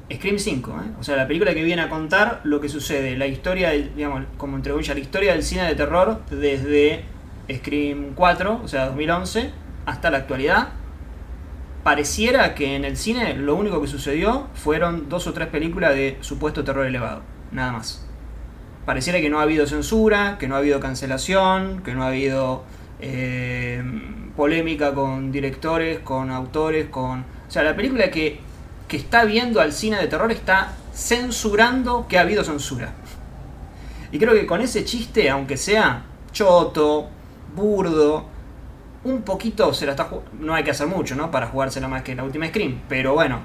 Scream 5, ¿eh? O sea, la película que viene a contar lo que sucede, la historia, digamos, como entre comillas, la historia del cine de terror desde Scream 4, o sea, 2011, hasta la actualidad. Pareciera que en el cine lo único que sucedió fueron 2 o 3 películas de supuesto terror elevado, nada más. Pareciera que no ha habido censura, que no ha habido cancelación, que no ha habido eh, polémica con directores, con autores, con... O sea, la película que está viendo al cine de terror está censurando que ha habido censura. Y creo que con ese chiste, aunque sea choto, burdo, un poquito se la está jugando. No hay que hacer mucho, ¿no? Para jugársela más que la última Scream. Pero bueno,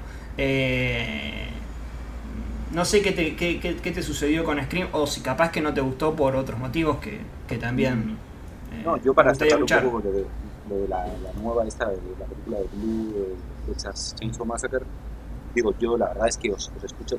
no sé qué te sucedió con Scream, o si capaz que no te gustó por otros motivos que también No, yo me para gustaría cerrar un escuchar. poco lo de la nueva esta, de la película de Blue, de Texas Chainsaw Massacre, digo, yo la verdad es que os escucho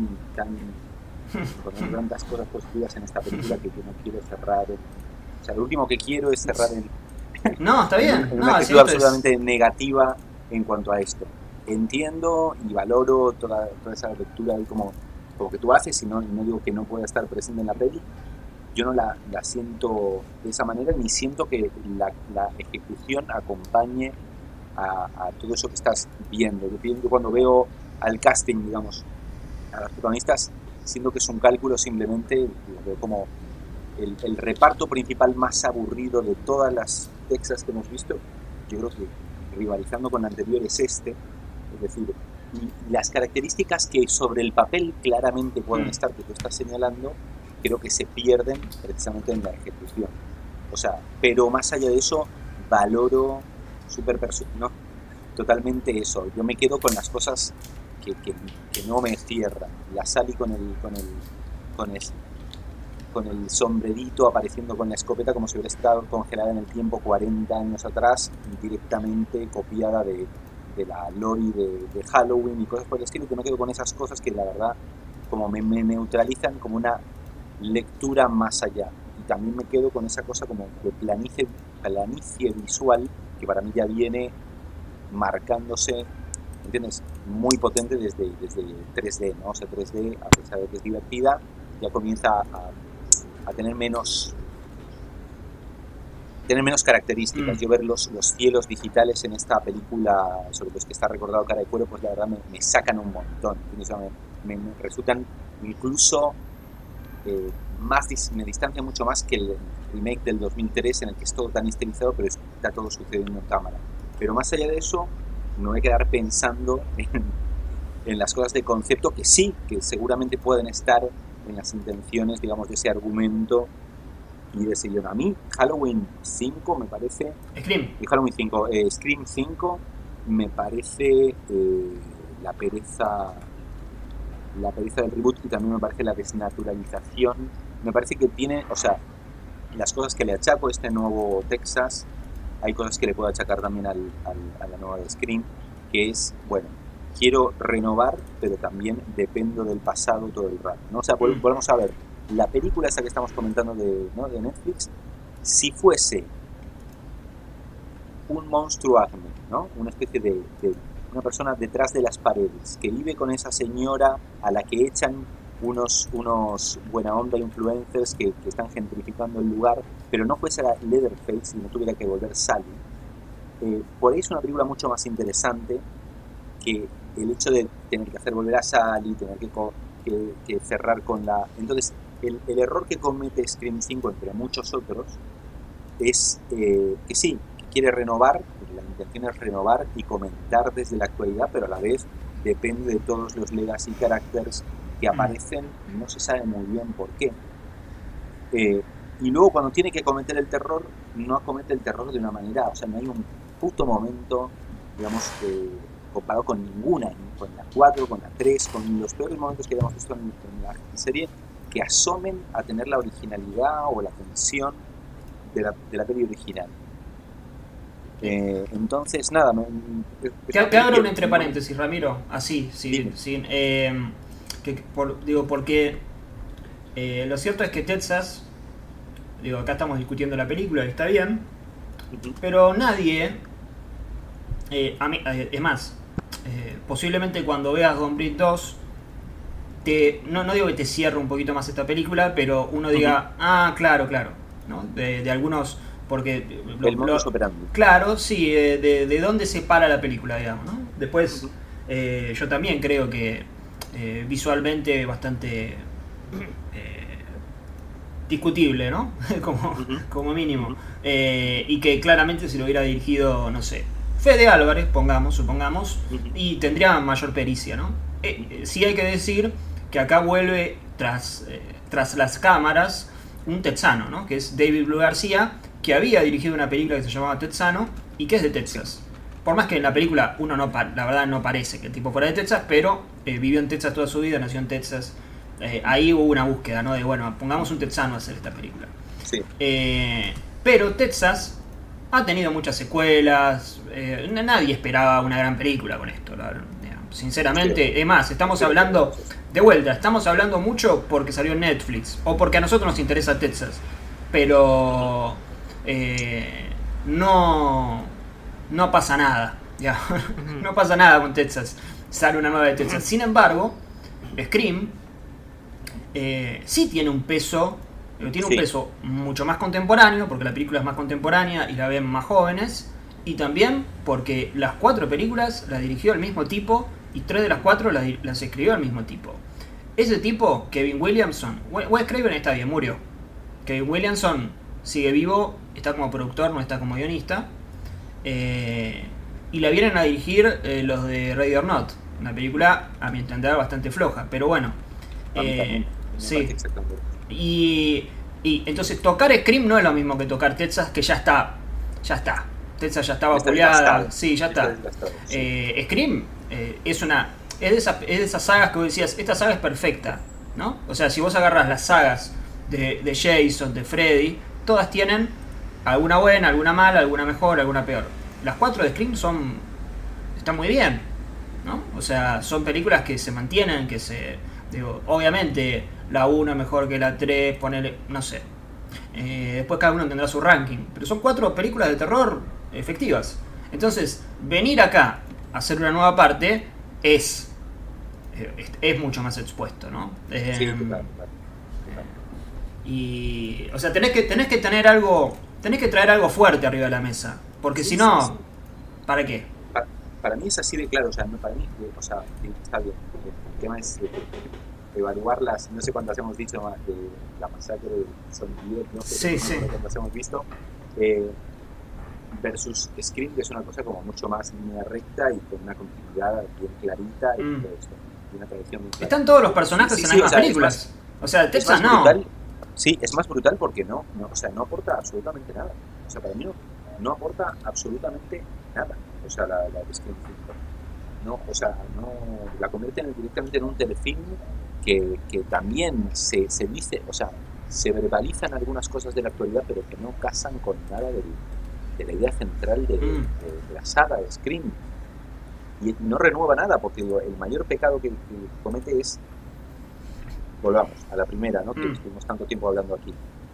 con tantas cosas positivas en esta película que yo no quiero cerrar o sea, lo último que quiero es cerrar No, está bien. en una No, si actitud esto es... absolutamente negativa en cuanto a esto. Entiendo y valoro toda esa lectura ahí como que tú haces y no digo que no pueda estar presente en la peli. Yo no la siento de esa manera ni siento que la ejecución acompañe a todo eso que estás viendo. Yo cuando veo al casting, digamos, a los protagonistas, siento que es un cálculo simplemente, lo veo como el reparto principal más aburrido de todas las Texas que hemos visto. Yo creo que rivalizando con la anterior es es decir, y las características que sobre el papel claramente pueden estar, que tú estás señalando, creo que se pierden precisamente en la ejecución. O sea, pero más allá de eso, valoro súper no, totalmente eso. Yo me quedo con las cosas que no me cierran. La Sally con el con el sombrerito apareciendo con la escopeta como si hubiera estado congelada en el tiempo 40 años atrás, directamente copiada de la Lori de Halloween y cosas por el estilo, que me quedo con esas cosas que la verdad como me neutralizan como una lectura más allá. Y también me quedo con esa cosa como de planicie visual que para mí ya viene marcándose, ¿entiendes? Muy potente desde 3D, ¿no? O sea, 3D, a pesar de que es divertida, ya comienza a tener menos características. Mm. Yo ver los cielos digitales en esta película, sobre los que está recordado Cara de Cuero, pues la verdad me sacan un montón. O sea, me resultan incluso me distancia mucho más que el remake del 2003 en el que es todo tan estilizado, pero está todo sucediendo en cámara. Pero más allá de eso, no voy a quedar pensando en las cosas de concepto que sí, que seguramente pueden estar en las intenciones, digamos, de ese argumento y de ese guión. A mí, Halloween 5 me parece, Scream. Halloween 5, Scream 5 me parece la pereza del reboot y también me parece la desnaturalización. Me parece que tiene, o sea, las cosas que le achaco a este nuevo Texas, hay cosas que le puedo achacar también a la nueva de Scream, que es, bueno, quiero renovar, pero también dependo del pasado todo el rato, ¿no? O sea, Mm. volvemos a ver, la película esa que estamos comentando ¿no? de Netflix, si fuese un monstruo acme, ¿no? Una especie de una persona detrás de las paredes, que vive con esa señora a la que echan unos buena onda influencers que están gentrificando el lugar, pero no fuese la Leatherface y no tuviera que volver Sally. Por ahí es una película mucho más interesante que el hecho de tener que hacer volver a Sally, tener que cerrar con la... Entonces, el error que comete Scream 5, entre muchos otros, es que sí, que quiere renovar, la intención es renovar y comentar desde la actualidad, pero a la vez depende de todos los legacy characters que Mm. aparecen, no se sabe muy bien por qué. Eh, y luego cuando tiene que cometer el terror, no comete el terror de una manera, o sea, no hay un puto momento, digamos, comparado con ninguna, ni con la 4 con la 3 con los peores momentos que hayamos visto en la serie, que asomen a tener la originalidad o la tensión de la peli original. Entonces, nada, es una Te peli abro que un entre no me... paréntesis, Ramiro, así, Dime. sin digo, porque lo cierto es que Texas, digo, acá estamos discutiendo la película, y está bien, Uh-huh. pero nadie, es más, posiblemente cuando veas Don Brick 2, no digo que te cierre un poquito más esta película, pero uno diga, claro, ¿no? De algunos, porque... El modus operandi. Claro, sí, de dónde se para la película, digamos, ¿no? Después, yo también creo que visualmente bastante discutible, ¿no? como mínimo. Y que claramente se lo hubiera dirigido, no sé, Fede Álvarez, supongamos, y tendría mayor pericia, ¿no? Sí hay que decir que acá vuelve tras las cámaras un texano, ¿no? Que es David Blue García, que había dirigido una película que se llamaba Texano y que es de Texas. Por más que en la película uno la verdad no parece que el tipo fuera de Texas, pero vivió en Texas toda su vida, nació en Texas. Ahí hubo una búsqueda, ¿no? De bueno, pongamos un texano a hacer esta película. Sí. Pero Texas ha tenido muchas secuelas. Nadie esperaba una gran película con esto, sinceramente. Sí. Es más, estamos hablando de vuelta, estamos hablando mucho porque salió en Netflix o porque a nosotros nos interesa Texas, pero no pasa nada, ya. No pasa nada con Texas. Sale una nueva de Texas. Sin embargo, Scream sí tiene un peso. Tiene un peso mucho más contemporáneo, porque la película es más contemporánea y la ven más jóvenes, y también porque las 4 películas las dirigió el mismo tipo y 3 de las 4 las escribió el mismo tipo. Ese tipo, Kevin Williamson, Wes Craven está bien, murió. Kevin Williamson sigue vivo, está como productor, no está como guionista, y la vienen a dirigir los de Ready or Not, una película a mi entender bastante floja, pero bueno. Sí. Y entonces tocar Scream no es lo mismo que tocar Texas, que ya está. Texas ya estaba vapuleada. Sí, ya está. Scream es de esas sagas que vos decías, esta saga es perfecta, ¿no? O sea, si vos agarras las sagas de Jason, de Freddy, todas tienen alguna buena, alguna mala, alguna mejor, alguna peor. Las 4 de Scream están muy bien, ¿no? O sea, son películas que se mantienen, obviamente la 1 es mejor que la 3, ponele, no sé. Después cada uno tendrá su ranking. Pero son 4 películas de terror efectivas. Entonces, venir acá a hacer una nueva parte es mucho más expuesto, ¿no? Sí, claro. Y, o sea, tenés que tener algo, tenés que traer algo fuerte arriba de la mesa. Porque si no, ¿para qué? Para mí es así de claro, o sea, no, para mí, o sea, está bien. El tema es evaluarlas, no sé cuántas hemos dicho de la masacre de Son 10, no sé cuántas hemos visto, versus Scream, que es una cosa como mucho más línea recta y con una continuidad bien clarita y todo esto, y una tradición muy clara. Están todos los personajes en las películas. O sea, Texas no. Brutal, sí, es más brutal porque no aporta absolutamente nada. O sea, para mí no aporta absolutamente nada. O sea, la de Scream 5. No, o sea, no la convierten directamente en un telefilm que también se dice, o sea, se verbalizan algunas cosas de la actualidad, pero que no casan con nada de la idea central de la saga de Scream. Y no renueva nada, porque digo, el mayor pecado que comete es, volvamos a la primera, ¿no? Que estuvimos tanto tiempo hablando aquí.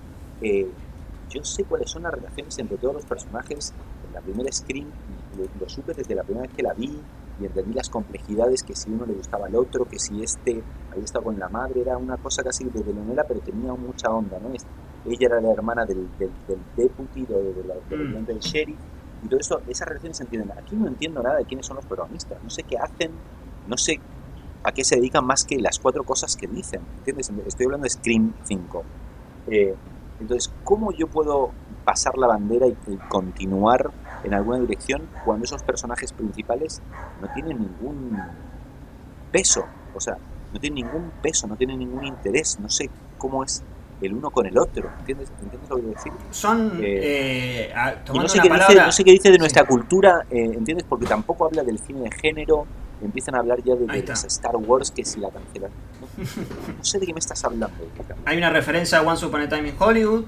Yo sé cuáles son las relaciones entre todos los personajes en la primera Scream, y lo supe desde la primera vez que la vi, y entendí las complejidades, que si uno le gustaba al otro, que si había estado con la madre, era una cosa casi de telenovela, pero tenía mucha onda, ¿no? Ella era la hermana del deputy, del ayudante del sheriff, y todo eso, esas relaciones se entienden. Aquí no entiendo nada de quiénes son los protagonistas, no sé qué hacen, no sé a qué se dedican más que las 4 cosas que dicen, ¿entiendes? Estoy hablando de Scream 5. Entonces, ¿cómo yo puedo pasar la bandera y continuar en alguna dirección cuando esos personajes principales no tienen ningún peso? O sea, no tienen ningún peso, no tienen ningún interés, no sé cómo es el uno con el otro, ¿entiendes lo que quiero decir? Son, y no sé qué dice de nuestra cultura, ¿entiendes? Porque tampoco habla del cine de género, empiezan a hablar ya de las Star Wars, que si la cancelan. No sé de qué me estás hablando. Hay una referencia a Once Upon a Time in Hollywood,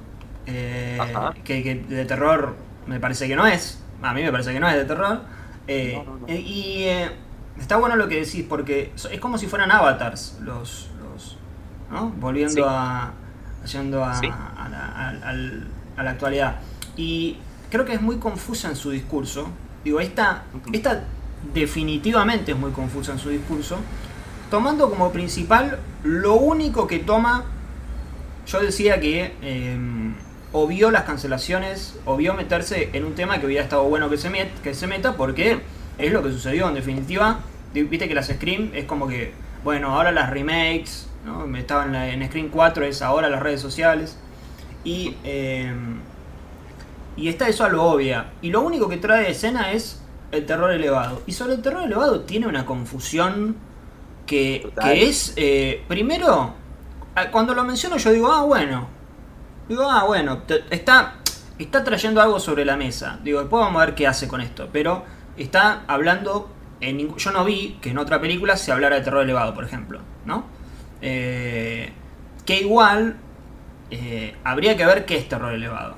que de terror me parece que no es. A mí me parece que no es de terror. No. Y está bueno lo que decís, porque es como si fueran avatars los ¿no? Volviendo yendo a la actualidad. Y creo que es muy confusa en su discurso. Digo, esta definitivamente es muy confusa en su discurso, tomando como principal lo único que toma. Yo decía que obvió las cancelaciones, obvió meterse en un tema que hubiera estado bueno que se meta, porque es lo que sucedió en definitiva. Viste que las Scream es como que, bueno, ahora las remakes, ¿no? Estaban en Scream 4, es ahora las redes sociales. Y está eso a lo obvia. Y lo único que trae de escena es el terror elevado. Y sobre el terror elevado tiene una confusión que es, primero, cuando lo menciono yo digo, bueno, está trayendo algo sobre la mesa. Digo, después vamos a ver qué hace con esto. Pero está hablando, yo no vi que en otra película se hablara de terror elevado, por ejemplo, ¿no? Que igual habría que ver qué es terror elevado.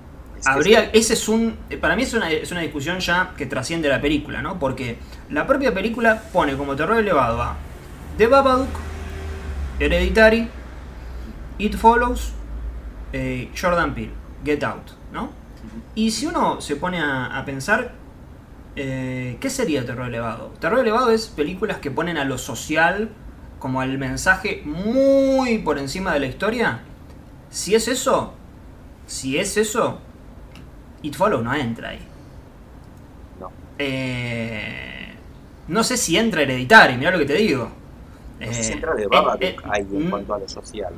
Para mí es una discusión ya que trasciende la película, ¿no? Porque la propia película pone como terror elevado a The Babadook, Hereditary, It Follows, Jordan Peele, Get Out, ¿no? Y si uno se pone a pensar, ¿qué sería terror elevado? Terror elevado es películas que ponen a lo social como al mensaje muy por encima de la historia. Si es eso, It Follows no entra ahí. No. No sé si entra Hereditary, mirá lo que te digo. No sé si entra de Babadook ahí en cuanto a lo social.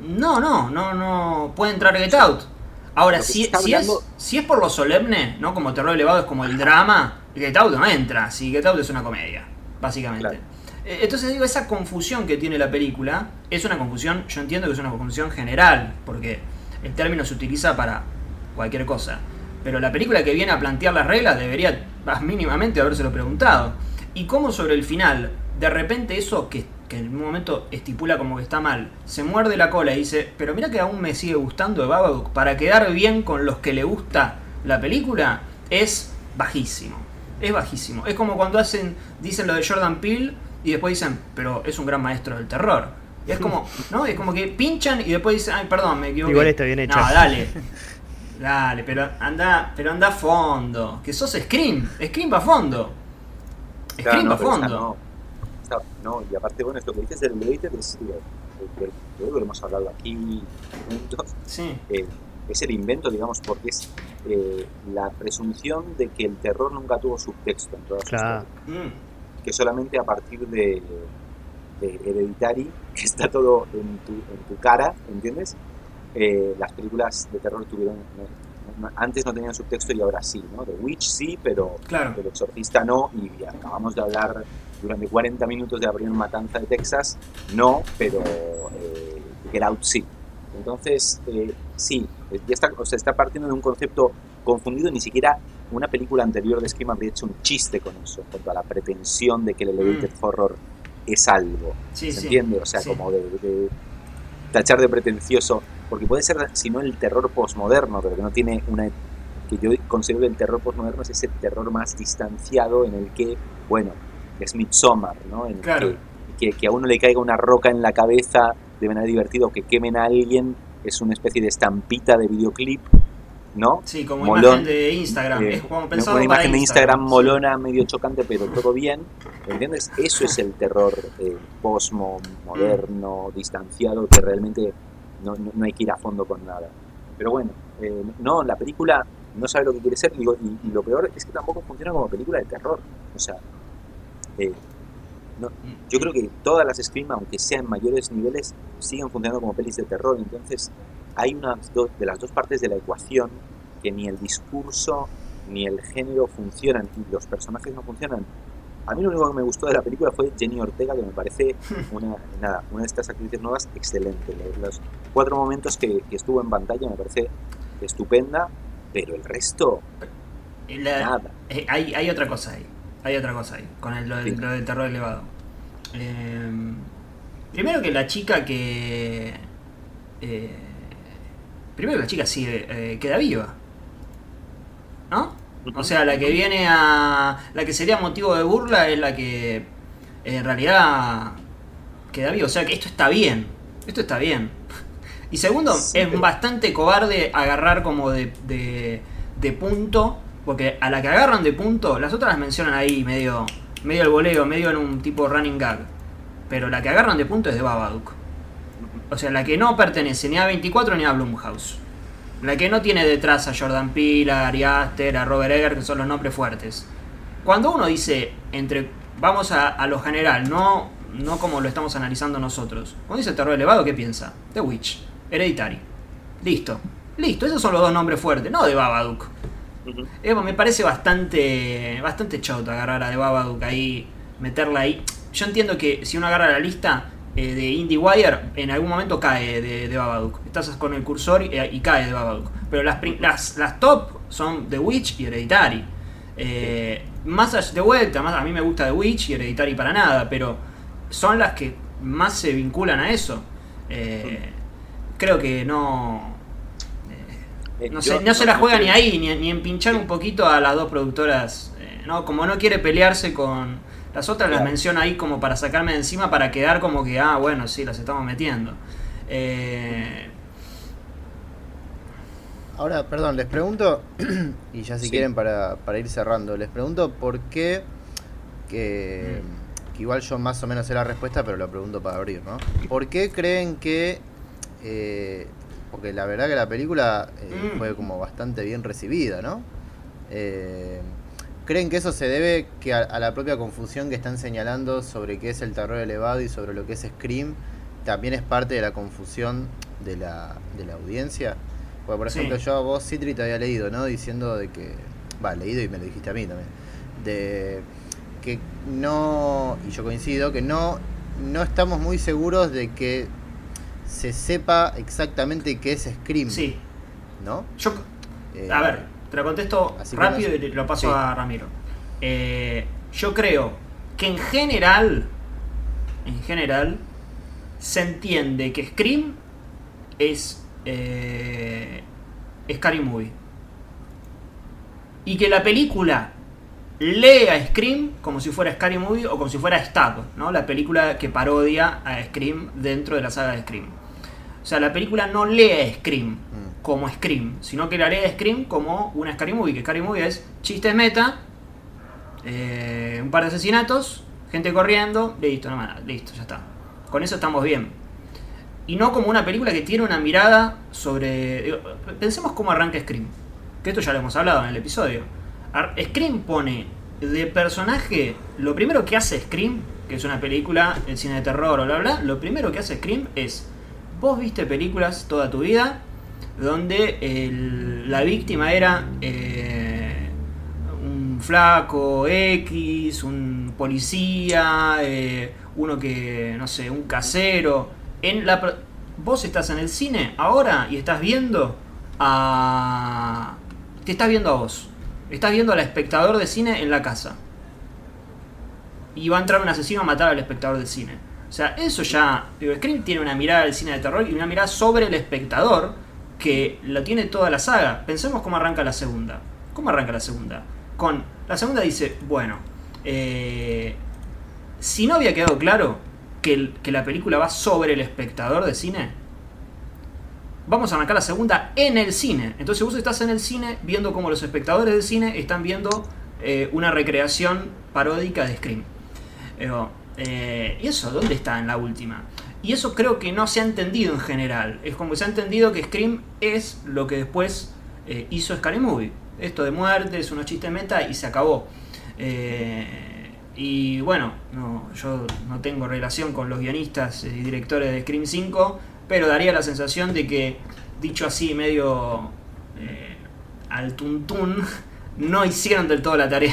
No puede entrar Get Out. Ahora, si es por lo solemne, ¿no? Como terror elevado es como el drama, Get Out no entra. Si Get Out es una comedia, básicamente. Claro. Entonces digo, esa confusión que tiene la película es una confusión, yo entiendo que es una confusión general, porque el término se utiliza para cualquier cosa. Pero la película que viene a plantear las reglas debería mínimamente habérselo preguntado. Y como sobre el final, de repente eso que en un momento estipula como que está mal, se muerde la cola y dice, pero mira que aún me sigue gustando de Babadook, para quedar bien con los que le gusta la película, es bajísimo. Es bajísimo. Es como cuando dicen lo de Jordan Peele y después dicen, pero es un gran maestro del terror. Y es como, ¿no? Es como que pinchan y después dicen, ay, perdón, me equivoqué. Igual está bien hecho. No, dale, pero anda a fondo. Que sos Scream va a fondo. Scream va a fondo. No, y aparte, bueno, esto que dices del Elevator es, creo que lo hemos hablado aquí juntos. Sí. Es el invento, digamos, porque es la presunción de que el terror nunca tuvo subtexto en todas sus historias. Que solamente a partir de Hereditary, que está todo en tu cara, ¿entiendes? Las películas de terror antes no tenían subtexto y ahora sí, ¿no? The Witch sí, pero claro. El Exorcista no, y acabamos de hablar durante 40 minutos de Abril Matanza de Texas, no, pero Get Out sí. Entonces, sí, ya está partiendo de un concepto confundido. Ni siquiera una película anterior de Scream habría hecho un chiste con eso, en cuanto a la pretensión de que el elevated horror es algo, ¿se entiende? O sea, como de tachar de pretencioso, porque puede ser, si no, el terror posmoderno, pero que no tiene que yo considero el terror posmoderno es ese terror más distanciado en el que, bueno, es Midsommar, ¿no? En claro. que a uno le caiga una roca en la cabeza de manera divertida, o que quemen a alguien, es una especie de estampita de videoclip, ¿no? Sí, como imagen de Instagram. Es como pensado una imagen para de Instagram molona, medio chocante, pero todo bien, ¿entiendes? Eso es el terror postmoderno, distanciado, que realmente no hay que ir a fondo con nada. Pero bueno, no, la película no sabe lo que quiere ser, digo, y lo peor es que tampoco funciona como película de terror. O sea, yo creo que todas las Scream, aunque sean mayores niveles, siguen funcionando como pelis de terror. Entonces hay de las dos partes de la ecuación que ni el discurso ni el género funcionan y los personajes no funcionan. A mí lo único que me gustó de la película fue Jenny Ortega, que me parece una de estas actrices nuevas excelente. Los 4 momentos que estuvo en pantalla me parece estupenda, pero el resto nada. Hay otra cosa ahí. Con lo del terror elevado. Primero que la chica sigue, queda viva, ¿no? O sea, la que viene la que sería motivo de burla es la que en realidad queda viva. O sea que esto está bien. Y segundo, es bastante cobarde agarrar como de punto, porque a la que agarran de punto, las otras las mencionan ahí medio al voleo, medio en un tipo running gag. pero la que agarran de punto es de Babadook. O sea, la que no pertenece ni a 24 ni a Blumhouse. La que no tiene detrás a Jordan Peele, a Ari Aster, a Robert Eggers, que son los nombres fuertes. Cuando uno dice, vamos a lo general, no como lo estamos analizando nosotros. Cuando dice terror elevado, ¿qué piensa? The Witch, Hereditary. Listo, esos son los dos nombres fuertes, no de Babadook. Me parece bastante choto agarrar a The Babadook ahí, meterla ahí. Yo entiendo que si uno agarra la lista de IndieWire, en algún momento cae de Babadook. Estás con el cursor y cae de Babadook. Pero las top son The Witch y Hereditary. Más de vuelta, a mí me gusta The Witch y Hereditary para nada, pero son las que más se vinculan a eso. Creo que no se la juega ni ahí, ni en pinchar un poquito a las dos productoras. Como no quiere pelearse con las otras, las menciona ahí como para sacarme de encima, para quedar como que, bueno, sí, las estamos metiendo. Ahora, perdón, les pregunto, y ya si quieren para ir cerrando, les pregunto por qué, que igual yo más o menos sé la respuesta, pero lo pregunto para abrir, ¿no? ¿Por qué creen que, porque la verdad que la película fue como bastante bien recibida, ¿no? ¿Creen que eso se debe que a la propia confusión que están señalando sobre qué es el terror elevado y sobre lo que es Scream, también es parte de la confusión de la audiencia? Porque, por ejemplo, yo a vos, Citri, te había leído, ¿no? Diciendo de que... leído y me lo dijiste a mí también. De que no... Y yo coincido, que no estamos muy seguros de que se sepa exactamente qué es Scream. Sí. ¿No? A ver, te lo contesto rápido y lo paso a Ramiro. Yo creo que en general se entiende que Scream es Scary Movie, y que la película lee a Scream como si fuera Scary Movie o como si fuera Stab, ¿no? La película que parodia a Scream dentro de la saga de Scream. O sea, la película no lee a Scream como Scream, sino que la lee a Scream como una Scary Movie, que Scary Movie es chistes meta, un par de asesinatos, gente corriendo, listo, listo, ya está. Con eso estamos bien. Y no como una película que tiene una mirada sobre... pensemos cómo arranca Scream, que esto ya lo hemos hablado en el episodio. Scream pone de personaje... Lo primero que hace Scream, que es una película, el cine de terror, bla bla, lo primero que hace Scream es... Vos viste películas toda tu vida donde la víctima era un flaco X, un policía, uno que, no sé, un casero. Vos estás en el cine ahora y estás viendo te estás viendo a vos. Estás viendo al espectador de cine en la casa. Y va a entrar un asesino a matar al espectador de cine. O sea, eso ya... Scream tiene una mirada del cine de terror y una mirada sobre el espectador que lo tiene toda la saga. Pensemos cómo arranca la segunda. La segunda dice, bueno, si no había quedado claro que la película va sobre el espectador de cine, vamos a arrancar la segunda en el cine. Entonces vos estás en el cine viendo cómo los espectadores del cine están viendo una recreación paródica de Scream. ¿Y eso dónde está en la última? Y eso creo que no se ha entendido en general. Es como que se ha entendido que Scream es lo que después hizo Scary Movie. Esto de muertes, unos chistes meta y se acabó. Y bueno, yo no tengo relación con los guionistas y directores de Scream 5, pero daría la sensación de que, dicho así medio al tuntún, no hicieron del todo la tarea.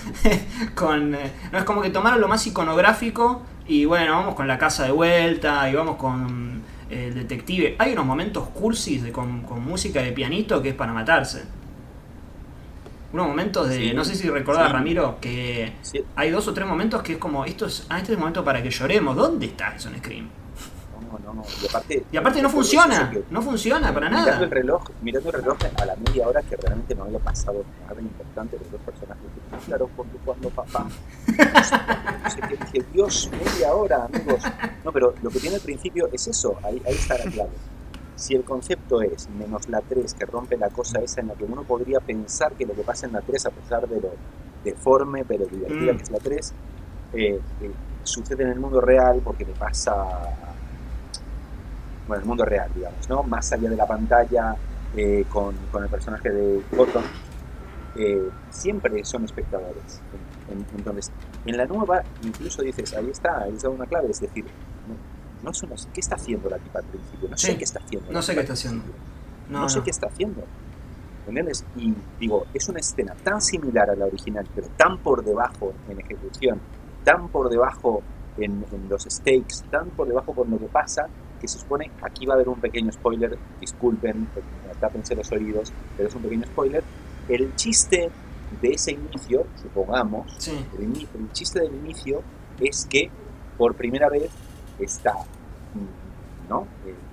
No es como que tomaron lo más iconográfico y bueno, vamos con la casa de vuelta y vamos con el detective. Hay unos momentos cursis con música de pianito que es para matarse. Unos momentos de... no sé si recordás, Ramiro, que hay 2 o 3 momentos que es como... este es el momento para que lloremos. ¿Dónde está eso en Scream? No. Y aparte no funciona. No funciona para nada. Mirando el reloj a la media hora que realmente no había pasado nada importante de los personajes. Claro, porque cuando papá... No sé qué dije, Dios, media hora, amigos. No, pero lo que tiene al principio es eso. Ahí está la clave. Si el concepto es menos la 3, que rompe la cosa esa en la que uno podría pensar que lo que pasa en la 3, a pesar de lo deforme pero divertida que es la 3, sucede en el mundo real porque le pasa, bueno, el mundo real, digamos, ¿no? Más allá de la pantalla, con el personaje de Gotham, siempre son espectadores. Entonces, en la nueva, incluso dices, ahí está, es una clave, es decir, no sé qué está haciendo la tipa al principio, no sé qué está haciendo. No sé qué está haciendo. No sé qué está haciendo. ¿Entiendes? Y digo, es una escena tan similar a la original, pero tan por debajo en ejecución, tan por debajo en los stakes, tan por debajo por lo que pasa, que se supone, aquí va a haber un pequeño spoiler, disculpen, tápense los oídos, pero es un pequeño spoiler. El chiste de ese inicio, supongamos, el chiste del inicio es que por primera vez está, ¿no?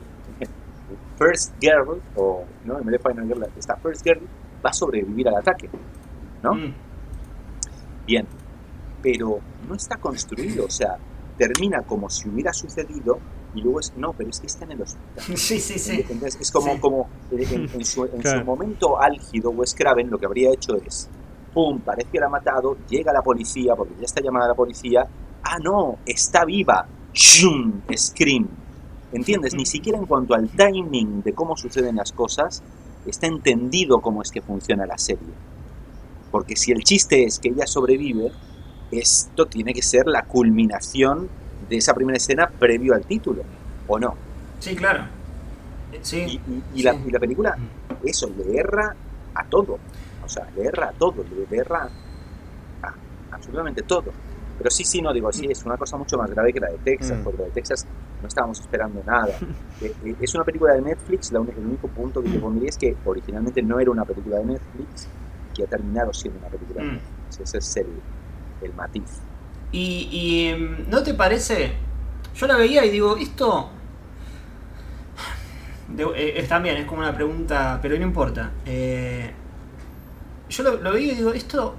First Girl, o no, en vez de Final Girl, esta First Girl va a sobrevivir al ataque, ¿no? Bien, pero no está construido, o sea, termina como si hubiera sucedido y luego pero es que está en el hospital. Sí. Entonces es como en su momento álgido, Wes Craven lo que habría hecho es, pum, parece que la ha matado, llega la policía, porque ya está llamada la policía, no, está viva, ¡shum! Scream. ¿Entiendes? Ni siquiera en cuanto al timing de cómo suceden las cosas está entendido cómo es que funciona la serie. Porque si el chiste es que ella sobrevive, esto tiene que ser la culminación de esa primera escena previo al título, ¿o no? Sí, claro. Sí. Y la película, eso, le erra a todo. O sea, le erra a todo, le erra a absolutamente todo. Pero sí, no digo, sí, es una cosa mucho más grave que la de Texas, porque la de Texas no estábamos esperando nada. Es una película de Netflix, el único punto que te pondría es que originalmente no era una película de Netflix, que ha terminado siendo una película de Netflix. Ese es el matiz. Y ¿no te parece? Yo la veía y digo, esto... también es como una pregunta, pero no importa. Yo lo veía y digo, esto...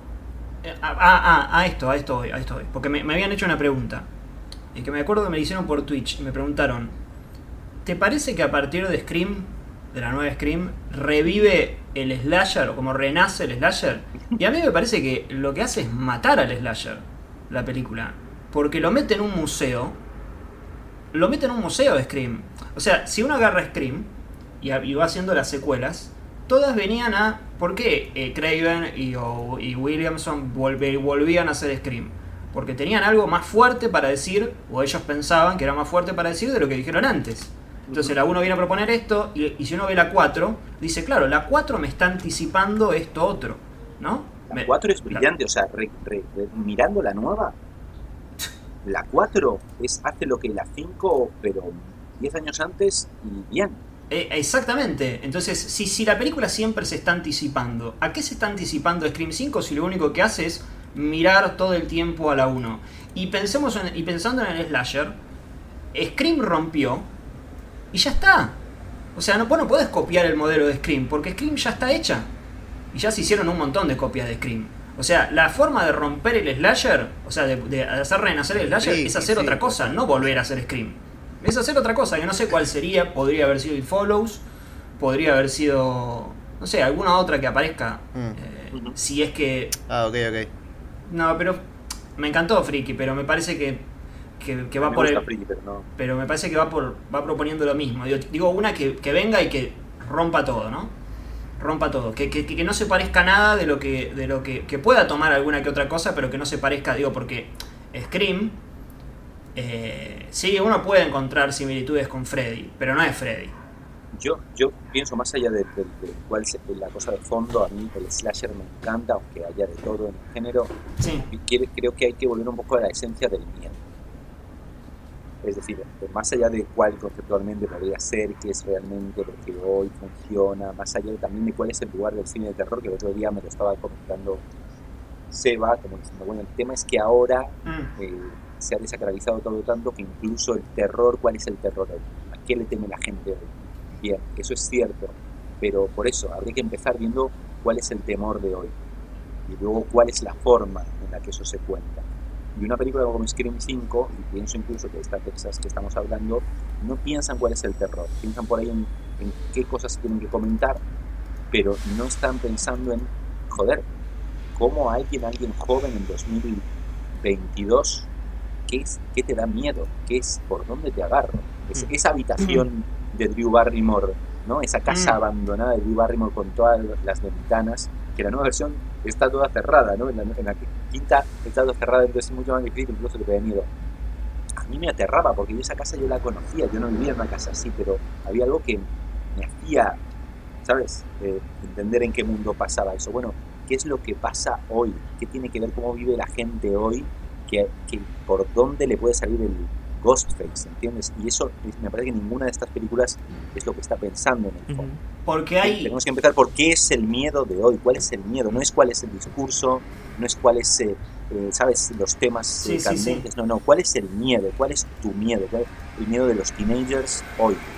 a esto voy. Porque me habían hecho una pregunta. Que me acuerdo que me la hicieron por Twitch. Me preguntaron, ¿te parece que a partir de Scream, de la nueva Scream, revive el slasher o como renace el slasher? Y a mí me parece que lo que hace es matar al slasher, la película. Porque lo mete en un museo. Lo mete en un museo de Scream. O sea, si uno agarra Scream y va haciendo las secuelas, todas venían a... ¿Por qué Craven y Williamson volvían a hacer Scream? Porque tenían algo más fuerte para decir, o ellos pensaban que era más fuerte para decir de lo que dijeron antes. Entonces la 1 viene a proponer esto, y si uno ve la 4, dice, claro, la 4 me está anticipando esto otro, ¿no? La 4 es brillante, o sea, mirando la nueva, la 4 hace lo que la 5, pero 10 años antes y bien. Exactamente. Entonces, si la película siempre se está anticipando, ¿a qué se está anticipando Scream 5 si lo único que hace es mirar todo el tiempo a la 1? Y pensando en el slasher, Scream rompió y ya está. O sea, vos no podés copiar el modelo de Scream, porque Scream ya está hecha. Y ya se hicieron un montón de copias de Scream. O sea, la forma de romper el slasher, o sea, de hacer renacer el slasher, es hacer otra cosa, no volver a hacer Scream. Es hacer otra cosa, que no sé cuál sería. Podría haber sido It Follows, podría haber sido, no sé, alguna otra que aparezca. Si es que... Ok. No, pero me encantó Freaky, pero me parece que va por el... Freaky, pero no. Pero me parece que va proponiendo lo mismo. Digo una que venga y que rompa todo, ¿no? Rompa todo, que no se parezca nada de lo que pueda tomar alguna que otra cosa, pero que no se parezca, digo, porque Scream... sí, uno puede encontrar similitudes con Freddy, pero no es Freddy. Yo pienso más allá de cuál es la cosa de fondo. A mí el slasher me encanta, aunque haya de todo en el género. Sí. Creo que hay que volver un poco a la esencia del miedo. Es decir, más allá de cuál conceptualmente podría ser, qué es realmente lo que hoy funciona, más allá también de cuál es el lugar del cine de terror, que el otro día me lo estaba comentando Seba, como diciendo, bueno, el tema es que ahora se ha desacralizado todo tanto que incluso el terror, ¿cuál es el terror hoy? ¿A qué le teme la gente hoy? Bien, eso es cierto, pero por eso habría que empezar viendo cuál es el temor de hoy y luego cuál es la forma en la que eso se cuenta. Y una película como Scream 5, y pienso incluso que esta Texas que estamos hablando, no piensan cuál es el terror, piensan por ahí en qué cosas tienen que comentar, pero no están pensando en, joder, cómo alguien joven en 2022 ¿qué te da miedo? ¿Qué es? ¿Por dónde te agarro? Esa habitación de Drew Barrymore, ¿no? Esa casa abandonada de Drew Barrymore con todas las ventanas, que la nueva versión está toda cerrada, ¿no? En la quinta está toda cerrada, entonces es mucho más difícil, incluso que te da miedo. A mí me aterraba, porque yo esa casa yo la conocía, yo no vivía en una casa así, pero había algo que me hacía, ¿sabes? Entender en qué mundo pasaba eso. Bueno, ¿qué es lo que pasa hoy? ¿Qué tiene que ver cómo vive la gente hoy? Que por dónde le puede salir el Ghostface, ¿entiendes? Y eso me parece que ninguna de estas películas es lo que está pensando en el fondo. Porque tenemos que empezar por qué es el miedo de hoy, cuál es el miedo, no es cuál es el discurso, no es cuál es, ¿sabes? Los temas candentes, no, cuál es el miedo, cuál es tu miedo, cuál es el miedo de los teenagers hoy.